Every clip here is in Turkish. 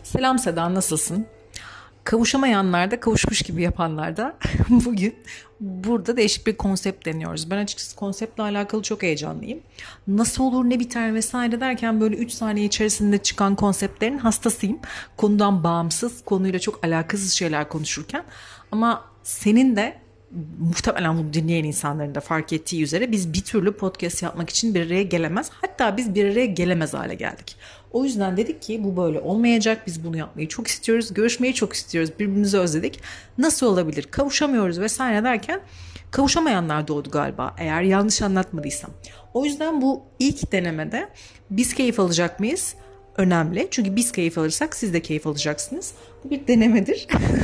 Selam Seda, nasılsın? Kavuşamayanlar da kavuşmuş gibi yapanlar da bugün burada değişik bir konsept deniyoruz. Ben açıkçası konseptle alakalı çok heyecanlıyım. Nasıl olur ne biter vesaire derken böyle 3 saniye içerisinde çıkan konseptlerin hastasıyım. Konudan bağımsız, konuyla çok alakasız şeyler konuşurken. Ama senin de muhtemelen bunu dinleyen insanların da fark ettiği üzere biz bir türlü podcast yapmak için bir araya gelemez. Hatta biz bir araya gelemez hale geldik. O yüzden dedik ki bu böyle olmayacak. Biz bunu yapmayı çok istiyoruz. Görüşmeyi çok istiyoruz. Birbirimizi özledik. Nasıl olabilir? Kavuşamıyoruz vesaire derken kavuşamayanlar doğdu galiba. Eğer yanlış anlatmadıysam. O yüzden bu ilk denemede biz keyif alacak mıyız? Önemli. Çünkü biz keyif alırsak siz de keyif alacaksınız. Bu bir denemedir.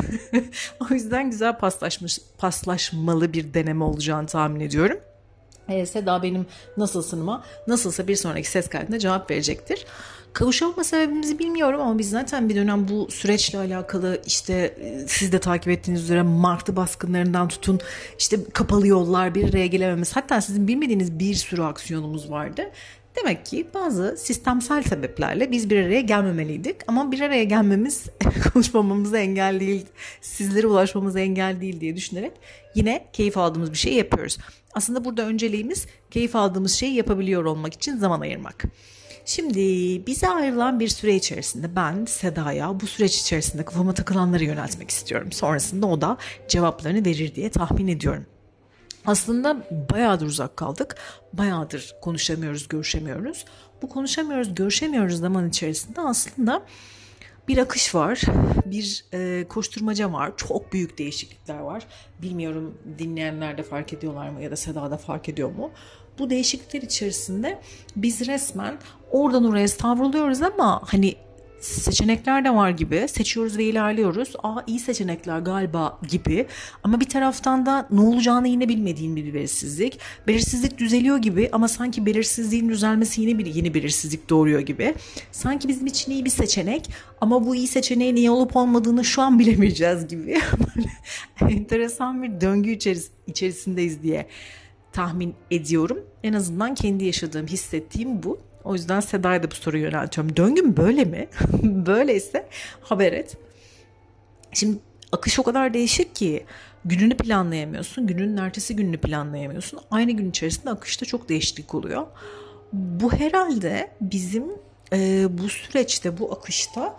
O yüzden güzel paslaşmalı bir deneme olacağını tahmin ediyorum. Seda benim nasılsınıma nasılsa bir sonraki ses kaydında cevap verecektir. Kavuşamama sebebimizi bilmiyorum ama biz zaten bir dönem bu süreçle alakalı işte siz de takip ettiğiniz üzere martı baskınlarından tutun işte kapalı yollar bir araya gelememiz hatta sizin bilmediğiniz bir sürü aksiyonumuz vardı. Demek ki bazı sistemsel sebeplerle biz bir araya gelmemeliydik ama bir araya gelmemiz konuşmamamıza engel değil, sizlere ulaşmamıza engel değil diye düşünerek yine keyif aldığımız bir şey yapıyoruz. Aslında burada önceliğimiz keyif aldığımız şeyi yapabiliyor olmak için zaman ayırmak. Şimdi bize ayrılan bir süre içerisinde ben Seda'ya bu süreç içerisinde kafama takılanları yöneltmek istiyorum. Sonrasında o da cevaplarını verir diye tahmin ediyorum. Aslında bayağıdır uzak kaldık. Bayağıdır konuşamıyoruz, görüşemiyoruz. Bu konuşamıyoruz, görüşemiyoruz zaman içerisinde aslında bir akış var, bir koşturmaca var, çok büyük değişiklikler var. Bilmiyorum dinleyenler de fark ediyorlar mı ya da Seda da fark ediyor mu? Bu değişiklikler içerisinde biz resmen oradan oraya savruluyoruz ama hani seçenekler de var gibi seçiyoruz ve ilerliyoruz. İyi seçenekler galiba gibi ama bir taraftan da ne olacağını yine bilmediğin bir belirsizlik. Belirsizlik düzeliyor gibi ama sanki belirsizliğin düzelmesi yine bir yeni belirsizlik doğuruyor gibi. Sanki bizim için iyi bir seçenek ama bu iyi seçeneğin iyi olup olmadığını şu an bilemeyeceğiz gibi. Böyle enteresan bir döngü içerisindeyiz diye tahmin ediyorum. En azından kendi yaşadığım, hissettiğim bu. O yüzden Seda'ya da bu soruyu yöneltiyorum. Döngün böyle mi? Böyleyse haber et. Şimdi akış o kadar değişik ki gününü planlayamıyorsun. Günün ertesi gününü planlayamıyorsun. Aynı gün içerisinde akışta çok değişiklik oluyor. Bu herhalde bizim bu süreçte, bu akışta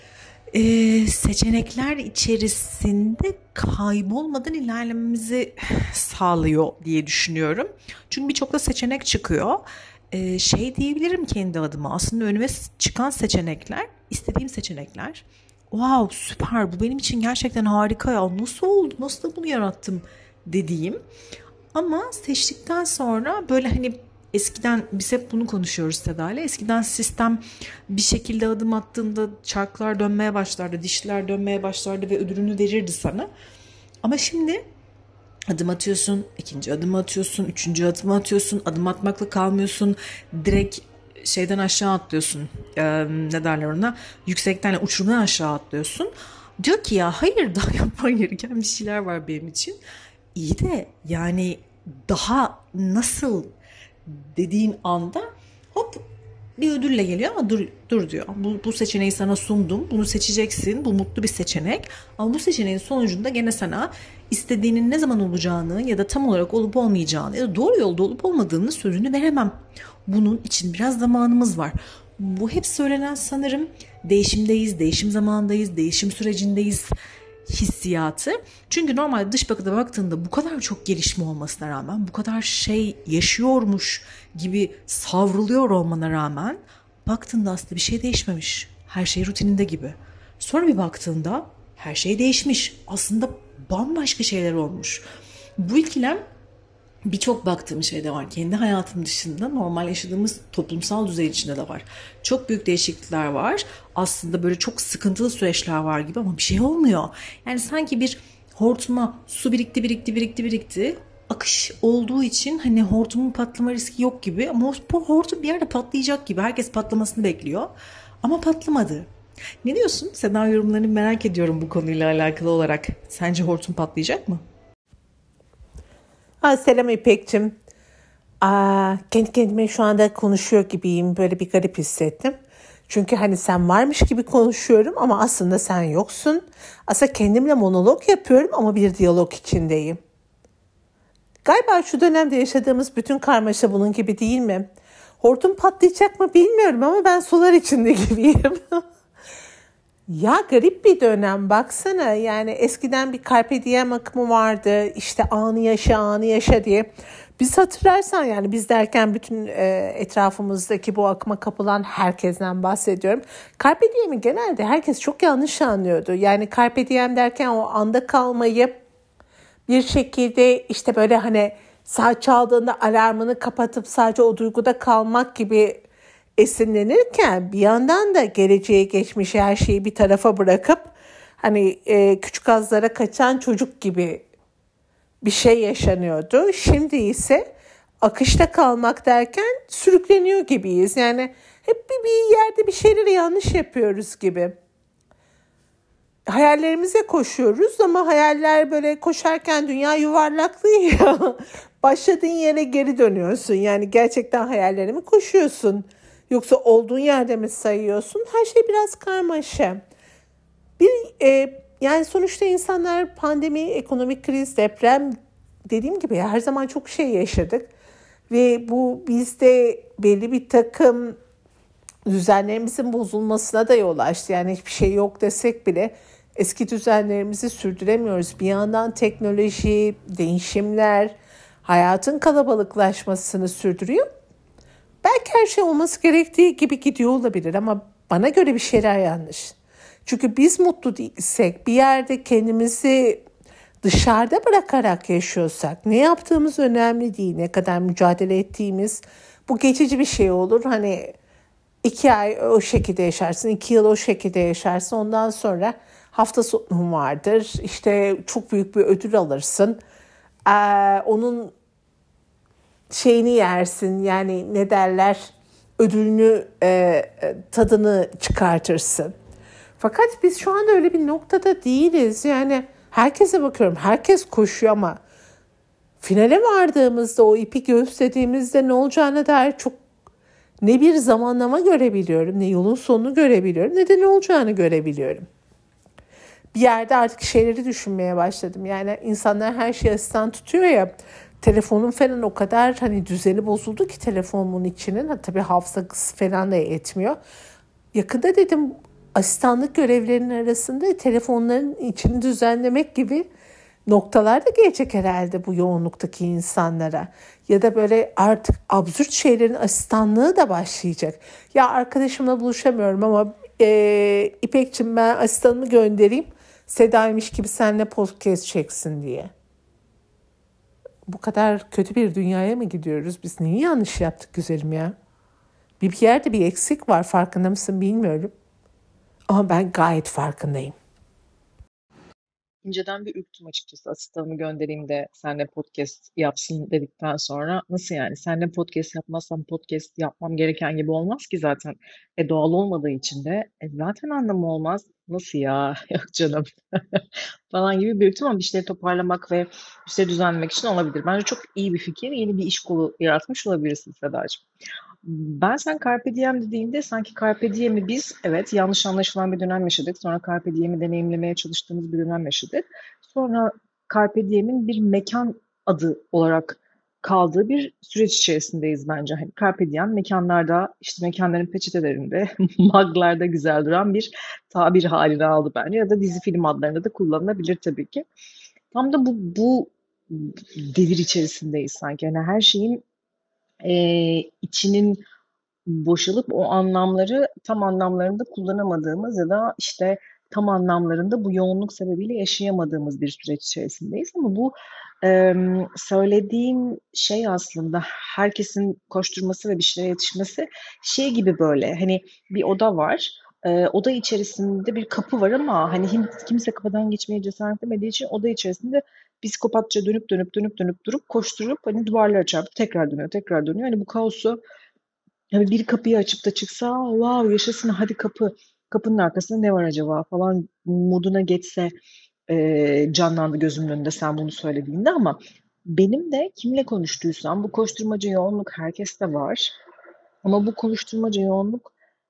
seçenekler içerisinde kaybolmadan ilerlememizi sağlıyor diye düşünüyorum. Çünkü birçok da seçenek çıkıyor. Şey diyebilirim kendi adıma aslında önüme çıkan seçenekler istediğim seçenekler. Wow süper bu benim için gerçekten harika ya nasıl oldu nasıl da bunu yarattım dediğim. Ama seçtikten sonra böyle hani eskiden biz hep bunu konuşuyoruz Seda'yla. Eskiden sistem bir şekilde adım attığında çarklar dönmeye başlardı, dişler dönmeye başlardı ve ödülünü verirdi sana. Ama şimdi adım atıyorsun, ikinci adımı atıyorsun, üçüncü adımı atıyorsun, adım atmakla kalmıyorsun. Direkt şeyden aşağı atlıyorsun. Ne derler ona? Yüksekten, uçurumdan aşağı atlıyorsun. Diyor ki ya hayır daha yapman gereken bir şeyler var benim için. İyi de yani daha nasıl dediğin anda hop bir ödülle geliyor ama dur diyor. Bu seçeneği sana sundum. Bunu seçeceksin. Bu mutlu bir seçenek. Ama bu seçeneğin sonucunda gene sana istediğinin ne zaman olacağını ya da tam olarak olup olmayacağını ya da doğru yolda olup olmadığını sözünü veremem. Bunun için biraz zamanımız var. Bu hep söylenen sanırım değişimdeyiz, değişim zamanındayız, değişim sürecindeyiz hissiyatı. Çünkü normalde dış bakıda baktığında bu kadar çok gelişme olmasına rağmen bu kadar şey yaşıyormuş gibi savruluyor olmana rağmen baktığında aslında bir şey değişmemiş. Her şey rutininde gibi. Sonra bir baktığında her şey değişmiş. Aslında bambaşka şeyler olmuş. Bu ikilem birçok baktığım şeyde var. Kendi hayatım dışında normal yaşadığımız toplumsal düzey içinde de var. Çok büyük değişiklikler var. Aslında böyle çok sıkıntılı süreçler var gibi ama bir şey olmuyor. Yani sanki bir hortuma su birikti. Akış olduğu için hani hortumun patlama riski yok gibi ama bu hortum bir yerde patlayacak gibi. Herkes patlamasını bekliyor ama patlamadı. Ne diyorsun? Seda yorumlarını merak ediyorum bu konuyla alakalı olarak. Sence hortum patlayacak mı? Selam İpek'cim. Kendi kendime şu anda konuşuyor gibiyim. Böyle bir garip hissettim. Çünkü hani sen varmış gibi konuşuyorum ama aslında sen yoksun. Aslında kendimle monolog yapıyorum ama bir diyalog içindeyim. Galiba şu dönemde yaşadığımız bütün karmaşa bunun gibi değil mi? Hortum patlayacak mı bilmiyorum ama ben sular içinde gibiyim. Ya garip bir dönem baksana, yani eskiden bir Carpe Diem akımı vardı, işte anı yaşa anı yaşa diye. Biz hatırlarsan, yani biz derken bütün etrafımızdaki bu akıma kapılan herkesten bahsediyorum. Carpe Diem'i genelde herkes çok yanlış anlıyordu. Yani Carpe Diem derken o anda kalmayı, bir şekilde işte böyle hani saat çaldığında alarmını kapatıp sadece o duyguda kalmak gibi esinlenirken, bir yandan da geleceğe geçmişe her şeyi bir tarafa bırakıp hani küçük azlara kaçan çocuk gibi bir şey yaşanıyordu. Şimdi ise akışta kalmak derken sürükleniyor gibiyiz. Yani hep bir yerde bir şeyleri yanlış yapıyoruz gibi. Hayallerimize koşuyoruz ama hayaller böyle koşarken dünya yuvarlak değil ya. Başladığın yere geri dönüyorsun. Yani gerçekten hayallerine mi koşuyorsun? Yoksa olduğun yerde mi sayıyorsun? Her şey biraz karmaşa. Bir yani sonuçta insanlar pandemi, ekonomik kriz, deprem, dediğim gibi her zaman çok şey yaşadık. Ve bu bizde belli bir takım düzenlerimizin bozulmasına da yol açtı. Yani hiçbir şey yok desek bile eski düzenlerimizi sürdüremiyoruz. Bir yandan teknoloji, değişimler hayatın kalabalıklaşmasını sürdürüyor. Belki her şey olması gerektiği gibi gidiyor olabilir ama bana göre bir şeyler yanlış. Çünkü biz mutlu değilsek, bir yerde kendimizi dışarıda bırakarak yaşıyorsak, ne yaptığımız önemli değil, ne kadar mücadele ettiğimiz, bu geçici bir şey olur. Hani 2 ay o şekilde yaşarsın, 2 yıl o şekilde yaşarsın. Ondan sonra hafta sonun vardır. İşte çok büyük bir ödül alırsın. Onun şeyini yersin, yani ne derler, ödülünü, tadını çıkartırsın. Fakat biz şu anda öyle bir noktada değiliz. Yani herkese bakıyorum, herkes koşuyor ama finale vardığımızda, o ipi göğüslediğimizde ne olacağına dair çok, ne bir zamanlama görebiliyorum, ne yolun sonunu görebiliyorum, ne de ne olacağını görebiliyorum. Bir yerde artık şeyleri düşünmeye başladım. Yani insanlar her şeyi asistan tutuyor ya. Telefonum falan o kadar hani düzeni bozuldu ki telefonumun içinin. Tabii hafızası falan da yetmiyor. Yakında dedim, asistanlık görevlerinin arasında telefonların içini düzenlemek gibi noktalar da gelecek herhalde bu yoğunluktaki insanlara. Ya da böyle artık absürt şeylerin asistanlığı da başlayacak. Ya arkadaşımla buluşamıyorum ama İpek'cim ben asistanımı göndereyim, Seda'ymış gibi seninle podcast çeksin diye. Bu kadar kötü bir dünyaya mı gidiyoruz? Biz neyi yanlış yaptık güzelim ya? Bir yerde bir eksik var, farkında mısın bilmiyorum. Ama ben gayet farkındayım. İnceden bir ürktüm açıkçası asistanımı göndereyim de senle podcast yapsın dedikten sonra. Nasıl yani? Senle podcast yapmazsam podcast yapmam gereken gibi olmaz ki zaten. Doğal olmadığı için de zaten anlamı olmaz. Nasıl ya? Yok canım. Falan gibi bir ürktüm ama bir şeyleri toparlamak ve bir şeyleri düzenlemek için olabilir. Bence çok iyi bir fikir. Yeni bir iş kolu yaratmış olabilirsin Sedacığım. Ben sen Carpe Diem dediğinde sanki Carpe Diem'i biz evet yanlış anlaşılan bir dönem yaşadık. Sonra Carpe Diem'i deneyimlemeye çalıştığımız bir dönem yaşadık. Sonra Carpe Diem'in bir mekan adı olarak kaldığı bir süreç içerisindeyiz bence. Hani Carpe Diem mekanlarda, işte mekanların peçetelerinde, muglarda güzel duran bir tabir haline aldı bence. Ya da dizi film adlarında da kullanılabilir tabii ki. Tam da bu devir içerisindeyiz sanki. Yani her şeyin içinin boşalıp o anlamları tam anlamlarında kullanamadığımız ya da işte tam anlamlarında bu yoğunluk sebebiyle yaşayamadığımız bir süreç içerisindeyiz. Ama bu söylediğin şey aslında herkesin koşturması ve bir şeylere yetişmesi şey gibi, böyle hani bir oda var. Oda içerisinde bir kapı var ama hani kimse kapıdan geçmeye cesaret edemediği için oda içerisinde psikopatça dönüp durup koşturup hani duvarlara çarpıp tekrar dönüyor, tekrar dönüyor. Hani bu kaosu, yani bir kapıyı açıp da çıksa wow yaşasın hadi kapı. Kapının arkasında ne var acaba falan moduna geçse canlandı gözümün önünde sen bunu söylediğinde. Ama benim de kimle konuştuysam bu koşturmaca yoğunluk herkeste var. Ama bu koşturmaca yoğunluk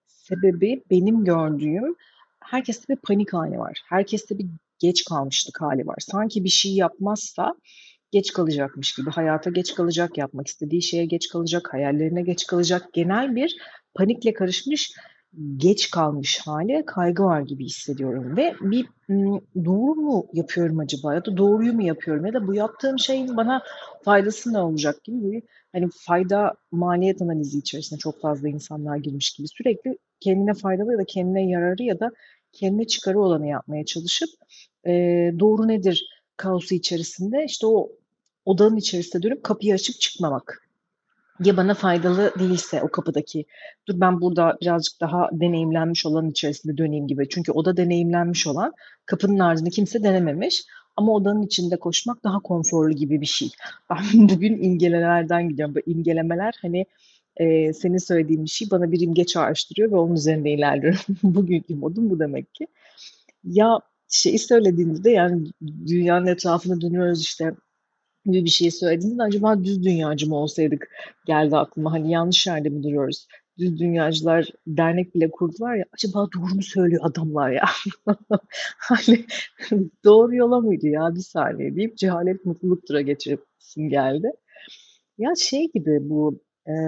Sebebi benim gördüğüm herkeste bir panik hali var. Herkeste bir geç kalmışlık hali var. Sanki bir şey yapmazsa geç kalacakmış gibi. Hayata geç kalacak, yapmak istediği şeye geç kalacak, hayallerine geç kalacak. Genel bir panikle karışmış geç kalmış hali, kaygı var gibi hissediyorum. Ve bir doğru mu yapıyorum acaba ya da doğruyu mu yapıyorum ya da bu yaptığım şeyin bana faydası ne olacak gibi bir hani fayda maliyet analizi içerisinde çok fazla insanlar girmiş gibi sürekli kendine faydalı ya da kendine yararı ya da kendine çıkarı olanı yapmaya çalışıp doğru nedir kaosu içerisinde işte o odanın içerisinde dönüp kapıyı açıp çıkmamak. Ya bana faydalı değilse o kapıdaki, dur ben burada birazcık daha deneyimlenmiş olanın içerisinde döneyim gibi. Çünkü oda deneyimlenmiş olan, kapının ardını kimse denememiş ama odanın içinde koşmak daha konforlu gibi bir şey. Ben bugün imgelemelerden gidiyorum. Bu imgelemeler hani senin söylediğin bir şey bana bir imge çağrıştırıyor ve onun üzerinde ilerliyorum. Bugünkü modum bu demek ki. Ya şeyi söylediğinde de yani dünyanın etrafında dönüyoruz işte gibi bir şey söylediğinde acaba düz dünyacı mı olsaydık geldi aklıma. Hani yanlış yerde mi duruyoruz? Düz dünyacılar dernek bile kurdular ya. Acaba doğru mu söylüyor adamlar ya? Hani doğru yola mıydı ya bir saniye deyip cehalet mutluluktura geçiresim geldi. Ya şey gibi bu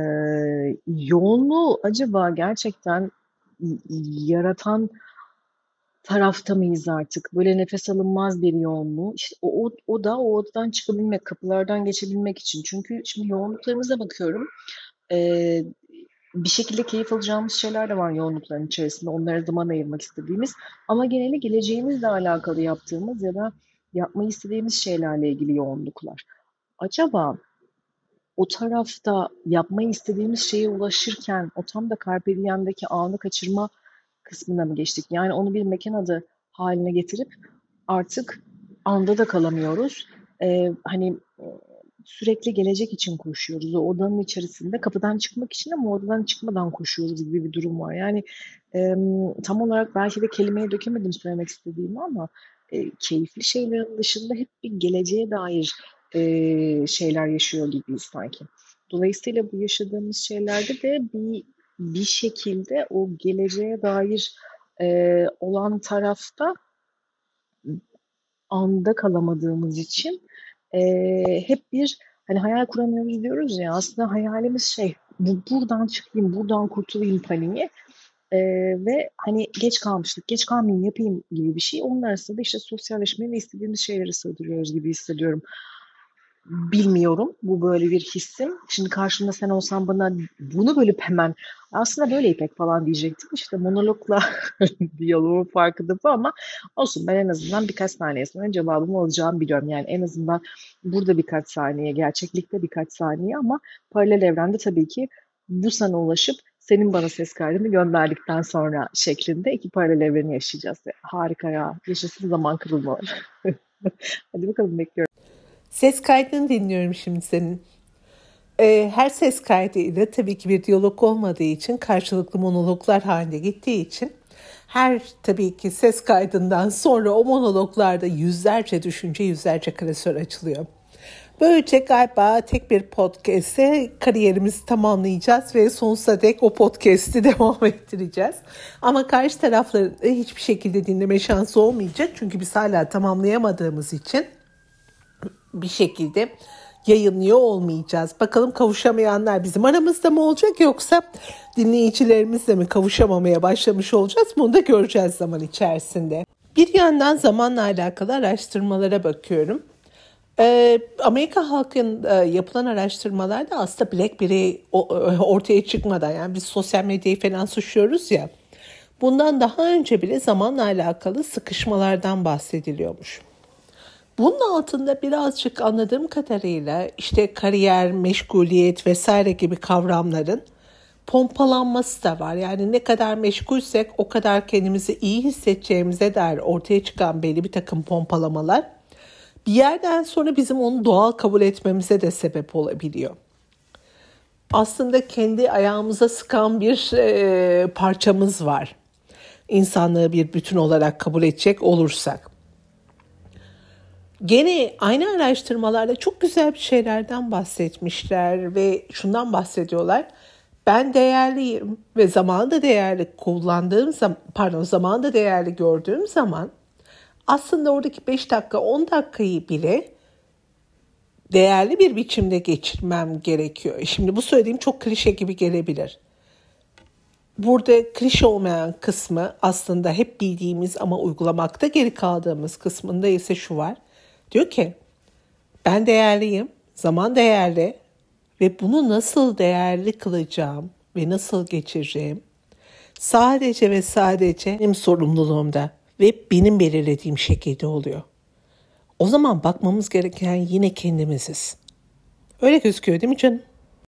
yoğunluğu acaba gerçekten yaratan tarafta mıyız artık? Böyle nefes alınmaz bir yoğunluğu. İşte o da o odadan çıkabilmek, kapılardan geçebilmek için. Çünkü şimdi yoğunluklarımıza bakıyorum. Ee, Bir şekilde keyif alacağımız şeyler de var yoğunlukların içerisinde. Onlara zaman ayırmak istediğimiz. Ama geneli geleceğimizle alakalı yaptığımız ya da yapmayı istediğimiz şeylerle ilgili yoğunluklar. Acaba o tarafta yapmayı istediğimiz şeye ulaşırken o tam da Carpe Diem'deki anı kaçırma kısmına mı geçtik? Yani onu bir mekan adı haline getirip artık anda da kalamıyoruz. Hani sürekli gelecek için koşuyoruz. O odanın içerisinde kapıdan çıkmak için ama odadan çıkmadan koşuyoruz gibi bir durum var. Yani tam olarak belki de kelimeye dökemedim söylemek istediğimi ama keyifli şeylerin dışında hep bir geleceğe dair şeyler yaşıyor gibiyiz sanki. Dolayısıyla bu yaşadığımız şeylerde de bir şekilde o geleceğe dair olan tarafta anda kalamadığımız için hep bir hani hayal kuramıyoruz diyoruz ya aslında hayalimiz şey buradan çıkayım, buradan kurtulayım paniği. Ve hani geç kalmıştık, geç kalmayayım yapayım gibi bir şey. Onun arasında da işte sosyalleşmeyi ve istediğimiz şeyleri sığdırıyoruz gibi hissediyorum. Bilmiyorum. Bu böyle bir hissim. Şimdi karşımda sen olsan bana bunu bölüp hemen aslında böyle İpek falan diyecektim. İşte monologla diyaloğun farkında bu ama olsun ben en azından birkaç saniye sonra cevabımı alacağımı biliyorum. Yani en azından burada birkaç saniye, gerçeklikte birkaç saniye ama paralel evrende tabii ki bu sana ulaşıp senin bana ses kaydını gönderdikten sonra şeklinde iki paralel evreni yaşayacağız. Harika ya. Yaşasın zaman kırılmaları. Hadi bakalım bekliyorum. Ses kaydını dinliyorum şimdi senin. Her ses kaydıyla tabii ki bir diyalog olmadığı için karşılıklı monologlar halinde gittiği için her tabii ki ses kaydından sonra o monologlarda yüzlerce düşünce, yüzlerce klasör açılıyor. Böylece galiba tek bir podcast'te kariyerimizi tamamlayacağız ve sonsuza dek o podcast'i devam ettireceğiz. Ama karşı tarafların hiçbir şekilde dinleme şansı olmayacak. Çünkü biz hala tamamlayamadığımız için bir şekilde yayınlıyor olmayacağız. Bakalım kavuşamayanlar bizim aramızda mı olacak yoksa dinleyicilerimizle mi kavuşamamaya başlamış olacağız? Bunu da göreceğiz zaman içerisinde. Bir yandan zamanla alakalı araştırmalara bakıyorum. Amerika halkında yapılan araştırmalarda aslında BlackBerry ortaya çıkmadan yani biz sosyal medyayı falan suçluyoruz ya. Bundan daha önce bile zamanla alakalı sıkışmalardan bahsediliyormuş. Bunun altında birazcık anladığım kadarıyla işte kariyer, meşguliyet vesaire gibi kavramların pompalanması da var. Yani ne kadar meşgulsek o kadar kendimizi iyi hissedeceğimize dair ortaya çıkan belli bir takım pompalamalar bir yerden sonra bizim onu doğal kabul etmemize de sebep olabiliyor. Aslında kendi ayağımıza sıkan bir parçamız var. İnsanlığı bir bütün olarak kabul edecek olursak. Gene aynı araştırmalarda çok güzel bir şeylerden bahsetmişler ve şundan bahsediyorlar. ben değerliyim ve zamanı da değerli kullandığım zaman, zamanı da değerli gördüğüm zaman aslında oradaki 5 dakika 10 dakikayı bile değerli bir biçimde geçirmem gerekiyor. Şimdi bu söylediğim çok klişe gibi gelebilir. Burada klişe olmayan kısmı aslında hep bildiğimiz ama uygulamakta geri kaldığımız kısmında ise şu var. Diyor ki ben değerliyim, zaman değerli ve bunu nasıl değerli kılacağım ve nasıl geçireceğim sadece ve sadece benim sorumluluğumda ve benim belirlediğim şekilde oluyor. O zaman bakmamız gereken yine kendimiziz. Öyle gözüküyor değil mi canım?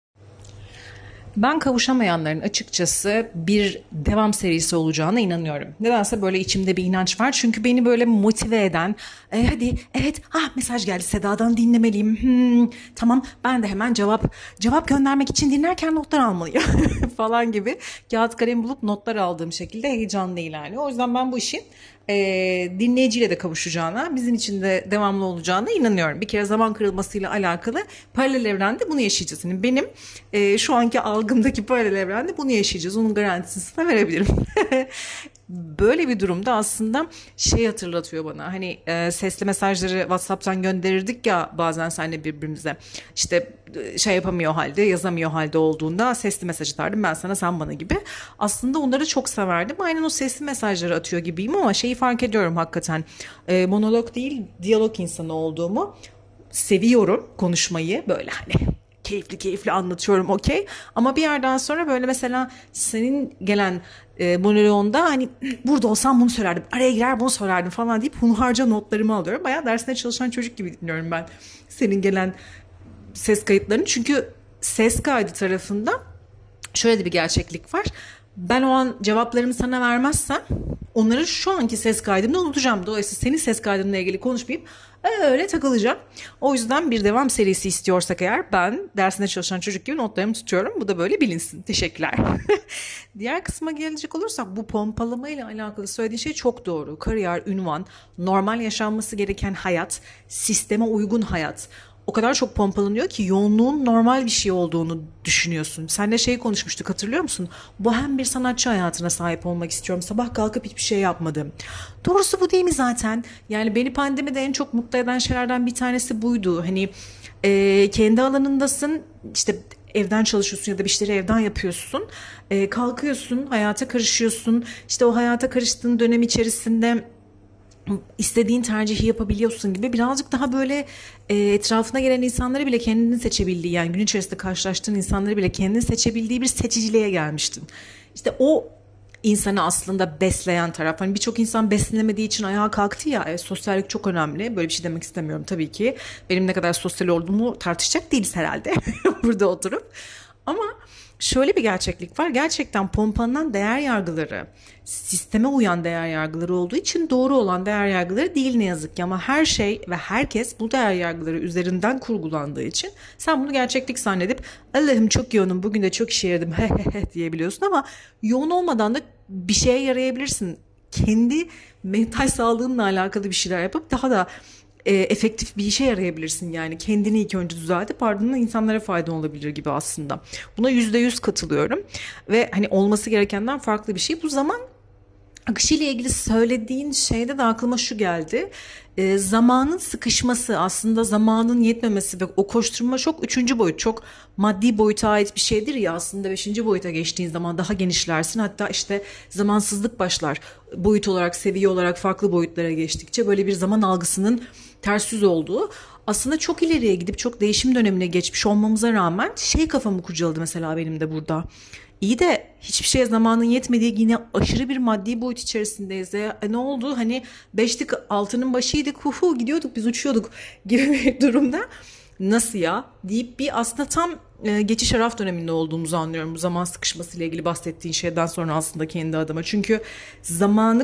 Ben kavuşamayanların açıkçası bir devam serisi olacağına inanıyorum. Nedense böyle içimde bir inanç var. Çünkü beni böyle motive eden, hadi evet mesaj geldi Seda'dan dinlemeliyim. Tamam ben de hemen cevap göndermek için dinlerken notlar almalıyım falan gibi kağıt kalem bulup notlar aldığım şekilde heyecanlı ilerliyor. O yüzden ben bu işin dinleyiciyle de kavuşacağına, bizim için de devamlı olacağına inanıyorum. Bir kere zaman kırılmasıyla alakalı paralel evrende bunu yaşayacağız. Yani benim şu anki algımdaki paralel evrende bunu yaşayacağız. Onun garantisini sana verebilirim. Böyle bir durumda aslında hatırlatıyor bana. Hani sesli mesajları WhatsApp'tan gönderirdik ya bazen seninle birbirimize. İşte yapamıyor halde, yazamıyor halde olduğunda sesli mesaj atardım ben sana, sen bana gibi. Aslında onları çok severdim. Aynen o sesli mesajları atıyor gibiyim ama fark ediyorum hakikaten. Monolog değil, diyalog insanı olduğumu seviyorum konuşmayı. Böyle hani keyifli anlatıyorum okey. Ama bir yerden sonra böyle mesela senin gelen monoloğunda hani burada olsam bunu söylerdim, araya girer bunu söylerdim falan deyip hunharca notlarımı alıyorum. Bayağı dersine çalışan çocuk gibi dinliyorum ben senin gelen ses kayıtlarını. Çünkü ses kaydı tarafında şöyle de bir gerçeklik var. Ben o an cevaplarımı sana vermezsem onları şu anki ses kaydımda unutacağım. Dolayısıyla senin ses kaydınla ilgili konuşmayıp öyle takılacağım. O yüzden bir devam serisi istiyorsak eğer ben dersinde çalışan çocuk gibi notlarımı tutuyorum. Bu da böyle bilinsin. Teşekkürler. Diğer kısma gelecek olursak bu pompalama ile alakalı söylediğin şey çok doğru. Kariyer, ünvan, normal yaşanması gereken hayat, sisteme uygun hayat. O kadar çok pompalanıyor ki yoğunluğun normal bir şey olduğunu düşünüyorsun. Seninle konuşmuştuk, hatırlıyor musun? Bohem bir sanatçı hayatına sahip olmak istiyorum. Sabah kalkıp hiçbir şey yapmadım. Doğrusu bu değil mi zaten? Yani beni pandemide en çok mutlu eden şeylerden bir tanesi buydu. Hani kendi alanındasın, işte evden çalışıyorsun ya da bir şeyleri evden yapıyorsun. Kalkıyorsun, hayata karışıyorsun. İşte o hayata karıştığın dönem içerisinde istediğin tercihi yapabiliyorsun gibi birazcık daha böyle etrafına gelen insanları bile kendini seçebildiği, yani gün içerisinde karşılaştığın insanları bile kendini seçebildiği bir seçiciliğe gelmiştin. İşte o insanı aslında besleyen taraf. Hani birçok insan beslenemediği için ayağa kalktı ya. Sosyallik çok önemli. Böyle bir şey demek istemiyorum tabii ki. Benim ne kadar sosyal olduğumu tartışacak değiliz herhalde burada oturup. Ama şöyle bir gerçeklik var. Gerçekten pompalanan değer yargıları, sisteme uyan değer yargıları olduğu için doğru olan değer yargıları değil ne yazık ki. Ama her şey ve herkes bu değer yargıları üzerinden kurgulandığı için sen bunu gerçeklik zannedip Allah'ım çok yoğunum, bugün de çok işe yaradım diyebiliyorsun ama yoğun olmadan da bir şeye yarayabilirsin. Kendi mental sağlığınla alakalı bir şeyler yapıp daha da efektif bir işe yarayabilirsin. Yani kendini ilk önce düzeltip ardından insanlara fayda olabilir gibi aslında. Buna %100 katılıyorum ve hani olması gerekenden farklı bir şey. Bu zaman akışıyla ilgili söylediğin şeyde de aklıma şu geldi. Zamanın sıkışması, aslında zamanın yetmemesi ve o koşturma çok üçüncü boyut, çok maddi boyuta ait bir şeydir ya, aslında beşinci boyuta geçtiğin zaman daha genişlersin. Hatta işte zamansızlık başlar. Boyut olarak, seviye olarak farklı boyutlara geçtikçe böyle bir zaman algısının ters yüz olduğu. Aslında çok ileriye gidip çok değişim dönemine geçmiş olmamıza rağmen kafamı kurcaladı mesela benim de burada. İyi de hiçbir şeye zamanın yetmediği, yine aşırı bir maddi boyut içerisindeyiz. Ne oldu? Hani 5'lik altının başıydık, gidiyorduk, biz uçuyorduk gibi bir durumda. Nasıl ya? Deyip bir aslında tam geçiş araf döneminde olduğumuzu anlıyorum. Bu zaman sıkışmasıyla ilgili bahsettiğin şeyden sonra aslında kendi adıma. Çünkü zamanı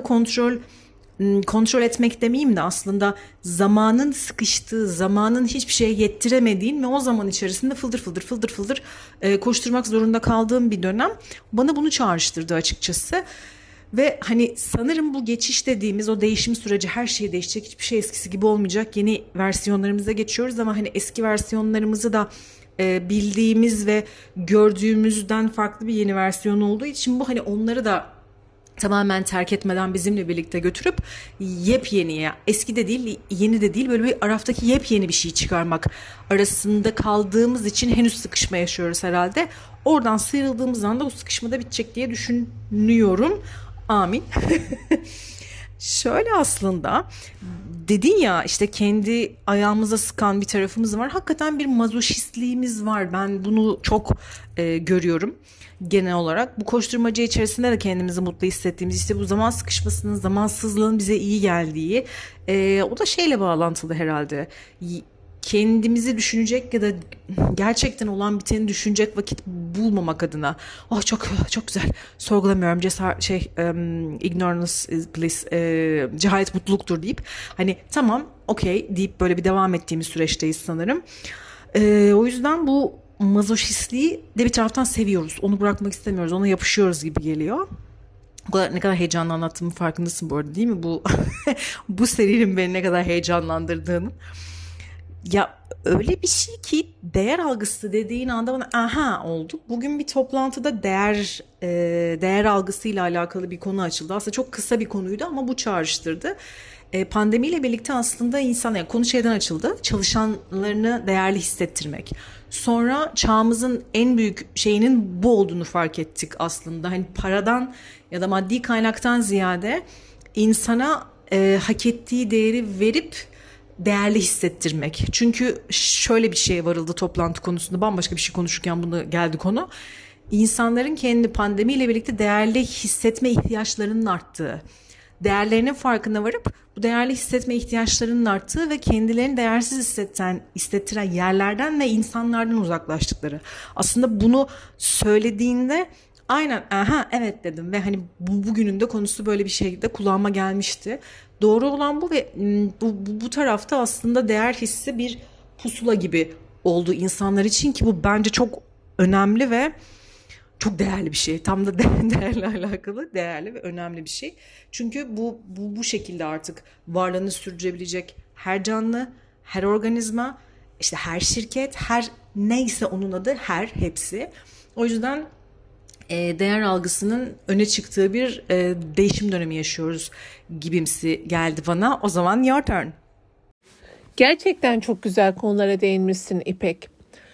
kontrol etmek demeyeyim de aslında zamanın sıkıştığı, zamanın hiçbir şeye yettiremediğin ve o zaman içerisinde fıldır koşturmak zorunda kaldığım bir dönem bana bunu çağrıştırdı açıkçası. Ve hani sanırım bu geçiş dediğimiz o değişim süreci, her şey değişecek, hiçbir şey eskisi gibi olmayacak, yeni versiyonlarımıza geçiyoruz ama hani eski versiyonlarımızı da bildiğimiz ve gördüğümüzden farklı bir yeni versiyon olduğu için bu hani onları da tamamen terk etmeden bizimle birlikte götürüp yepyeniye, eski de değil, yeni de değil, böyle bir araftaki yepyeni bir şey çıkarmak arasında kaldığımız için henüz sıkışma yaşıyoruz herhalde. Oradan sıyrıldığımız anda bu sıkışma da bitecek diye düşünüyorum. Amin. Şöyle aslında dedin ya işte kendi ayağımıza sıkan bir tarafımız var. Hakikaten bir mazoşistliğimiz var. Ben bunu çok görüyorum genel olarak. Bu koşturmaca içerisinde de kendimizi mutlu hissettiğimiz, işte bu zaman sıkışmasının, zamansızlığın bize iyi geldiği, o da şeyle bağlantılı herhalde. Kendimizi düşünecek ya da gerçekten olan biteni düşünecek vakit bulmamak adına. Oh çok çok güzel. Sorgulamıyorum. Ignorance is bliss. Cehalet mutluluktur deyip hani tamam okey deyip böyle bir devam ettiğimiz süreçteyiz sanırım. O yüzden bu mazoşistliği de bir taraftan seviyoruz. Onu bırakmak istemiyoruz. Ona yapışıyoruz gibi geliyor. Ne kadar heyecanlı anlattığımın farkındasın bu arada, değil mi? Bu serinin beni ne kadar heyecanlandırdığını. Ya öyle bir şey ki değer algısı dediğin anda bana aha oldu. Bugün bir toplantıda değer algısıyla alakalı bir konu açıldı. Aslında çok kısa bir konuydu ama bu çağrıştırdı. Pandemiyle birlikte aslında yani konu şeyden açıldı. Çalışanlarını değerli hissettirmek. Sonra çağımızın en büyük şeyinin bu olduğunu fark ettik aslında. Hani paradan ya da maddi kaynaktan ziyade insana hak ettiği değeri verip değerli hissettirmek. Çünkü şöyle bir şeye varıldı toplantı konusunda, bambaşka bir şey konuşurken bunu geldi konu. İnsanların kendi pandemiyle birlikte değerli hissetme ihtiyaçlarının arttığı, değerlerinin farkına varıp bu değerli hissetme ihtiyaçlarının arttığı ve kendilerini değersiz hissettiren yerlerden ve insanlardan uzaklaştıkları. Aslında bunu söylediğinde aynen aha evet dedim ve hani bugünün de konusu böyle bir şekilde kulağıma gelmişti. Doğru olan bu ve bu tarafta aslında değer hissi bir pusula gibi oldu insanlar için ki bu bence çok önemli ve çok değerli bir şey. Tam da değerle alakalı değerli ve önemli bir şey. Çünkü bu şekilde artık varlığını sürdürebilecek her canlı, her organizma, işte her şirket, her neyse onun adı, hepsi. O yüzden değer algısının öne çıktığı bir değişim dönemi yaşıyoruz gibimsi geldi bana. O zaman your turn. Gerçekten çok güzel konulara değinmişsin İpek.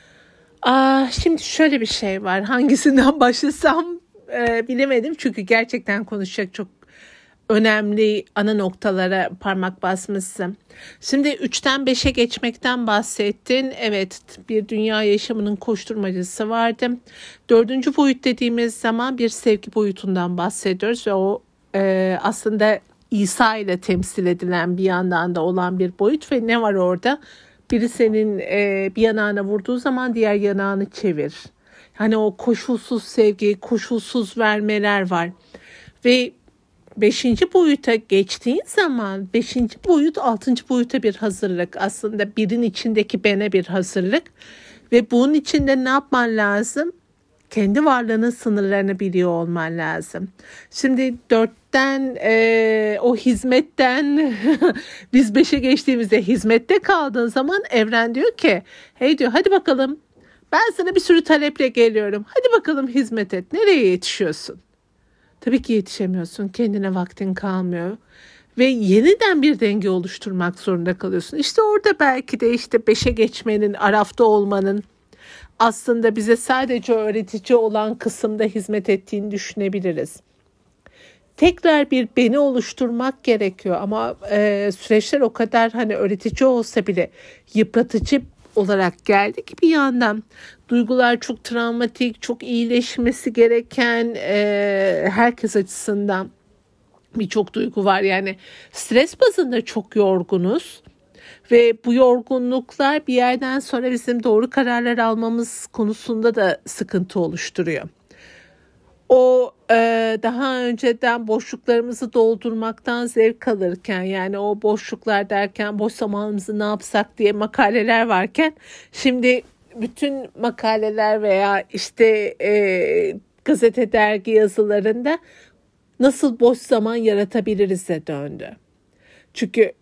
Şimdi şöyle bir şey var. Hangisinden başlasam bilemedim. Çünkü gerçekten konuşacak çok önemli ana noktalara parmak basmışsın. Şimdi 3'ten 5'e geçmekten bahsettin. Evet, bir dünya yaşamının koşturmacası vardı. 4. boyut dediğimiz zaman bir sevgi boyutundan bahsediyoruz ve o aslında İsa ile temsil edilen bir yandan da olan bir boyut ve ne var orada? Biri senin bir yanağına vurduğu zaman diğer yanağını çevir. Hani o koşulsuz sevgi, koşulsuz vermeler var. Ve 5. boyuta geçtiğin zaman 5. boyut 6. boyuta bir hazırlık. Aslında birin içindeki bene bir hazırlık. Ve bunun içinde ne yapman lazım? Kendi varlığının sınırlarını biliyor olman lazım. Şimdi 4'ten o hizmetten biz 5'e geçtiğimizde hizmette kaldığın zaman evren diyor ki hey diyor hadi bakalım ben sana bir sürü taleple geliyorum. Hadi bakalım hizmet et. Nereye yetişiyorsun? Tabii ki yetişemiyorsun. Kendine vaktin kalmıyor. Ve yeniden bir denge oluşturmak zorunda kalıyorsun. İşte orada belki de işte 5'e geçmenin, arafta olmanın aslında bize sadece öğretici olan kısımda hizmet ettiğini düşünebiliriz. Tekrar bir beni oluşturmak gerekiyor ama süreçler o kadar hani öğretici olsa bile yıpratıcı olarak geldi ki bir yandan duygular çok travmatik, çok iyileşmesi gereken herkes açısından birçok duygu var. Yani stres bazında çok yorgunuz ve bu yorgunluklar bir yerden sonra bizim doğru kararlar almamız konusunda da sıkıntı oluşturuyor. O daha önceden boşluklarımızı doldurmaktan zevk alırken yani o boşluklar derken boş zamanımızı ne yapsak diye makaleler varken şimdi bütün makaleler veya işte gazete dergi yazılarında nasıl boş zaman yaratabiliriz'e döndü. Çünkü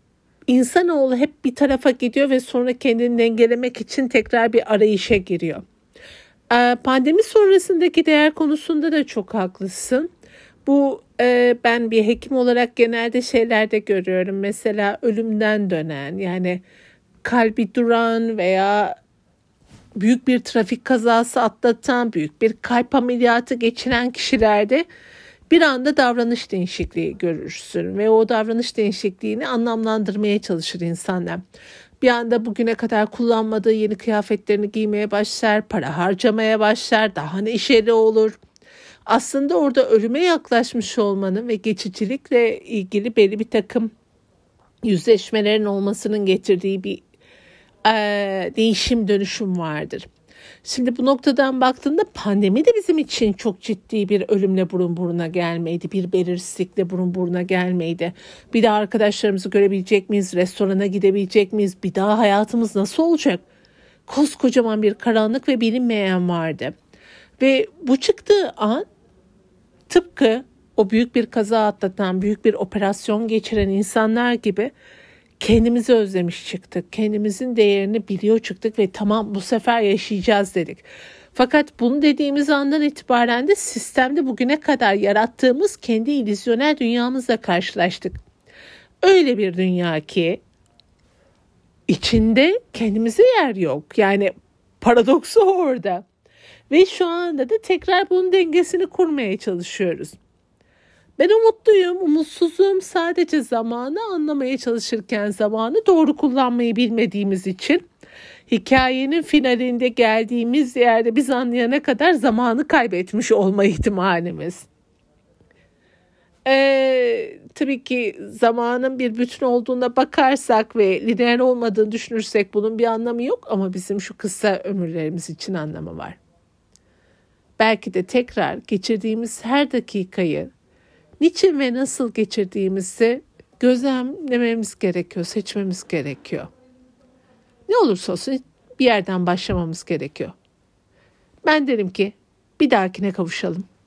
İnsanoğlu hep bir tarafa gidiyor ve sonra kendini dengelemek için tekrar bir arayışa giriyor. Pandemi sonrasındaki değer konusunda da çok haklısın. Bu ben bir hekim olarak genelde şeylerde görüyorum. Mesela ölümden dönen, yani kalbi duran veya büyük bir trafik kazası atlatan, büyük bir kalp ameliyatı geçiren kişilerde bir anda davranış değişikliği görürsün ve o davranış değişikliğini anlamlandırmaya çalışır insanlar. Bir anda bugüne kadar kullanmadığı yeni kıyafetlerini giymeye başlar, para harcamaya başlar, daha neşeli olur. Aslında orada ölüme yaklaşmış olmanın ve geçicilikle ilgili belli bir takım yüzleşmelerin olmasının getirdiği bir değişim, dönüşüm vardır. Şimdi bu noktadan baktığında pandemi de bizim için çok ciddi bir ölümle burun buruna gelmeydi. Bir belirsizlikle burun buruna gelmeydi. Bir daha arkadaşlarımızı görebilecek miyiz? Restorana gidebilecek miyiz? Bir daha hayatımız nasıl olacak? Koskocaman bir karanlık ve bilinmeyen vardı. Ve bu çıktığı an tıpkı o büyük bir kaza atlatan, büyük bir operasyon geçiren insanlar gibi kendimizi özlemiş çıktık. Kendimizin değerini biliyor çıktık ve tamam, bu sefer yaşayacağız dedik. Fakat bunu dediğimiz andan itibaren de sistemde bugüne kadar yarattığımız kendi illüzyonel dünyamızla karşılaştık. Öyle bir dünya ki içinde kendimize yer yok. Yani paradoksu orada. Ve şu anda da tekrar bunun dengesini kurmaya çalışıyoruz. Ben umutluyum, umutsuzum, sadece zamanı anlamaya çalışırken zamanı doğru kullanmayı bilmediğimiz için hikayenin finalinde geldiğimiz yerde biz anlayana kadar zamanı kaybetmiş olma ihtimalimiz. Tabii ki zamanın bir bütün olduğuna bakarsak ve lineer olmadığını düşünürsek bunun bir anlamı yok, ama bizim şu kısa ömürlerimiz için anlamı var. Belki de tekrar geçirdiğimiz her dakikayı niçin ve nasıl geçirdiğimizi gözlemlememiz gerekiyor, seçmemiz gerekiyor. Ne olursa olsun bir yerden başlamamız gerekiyor. Ben derim ki bir dahakine kavuşalım.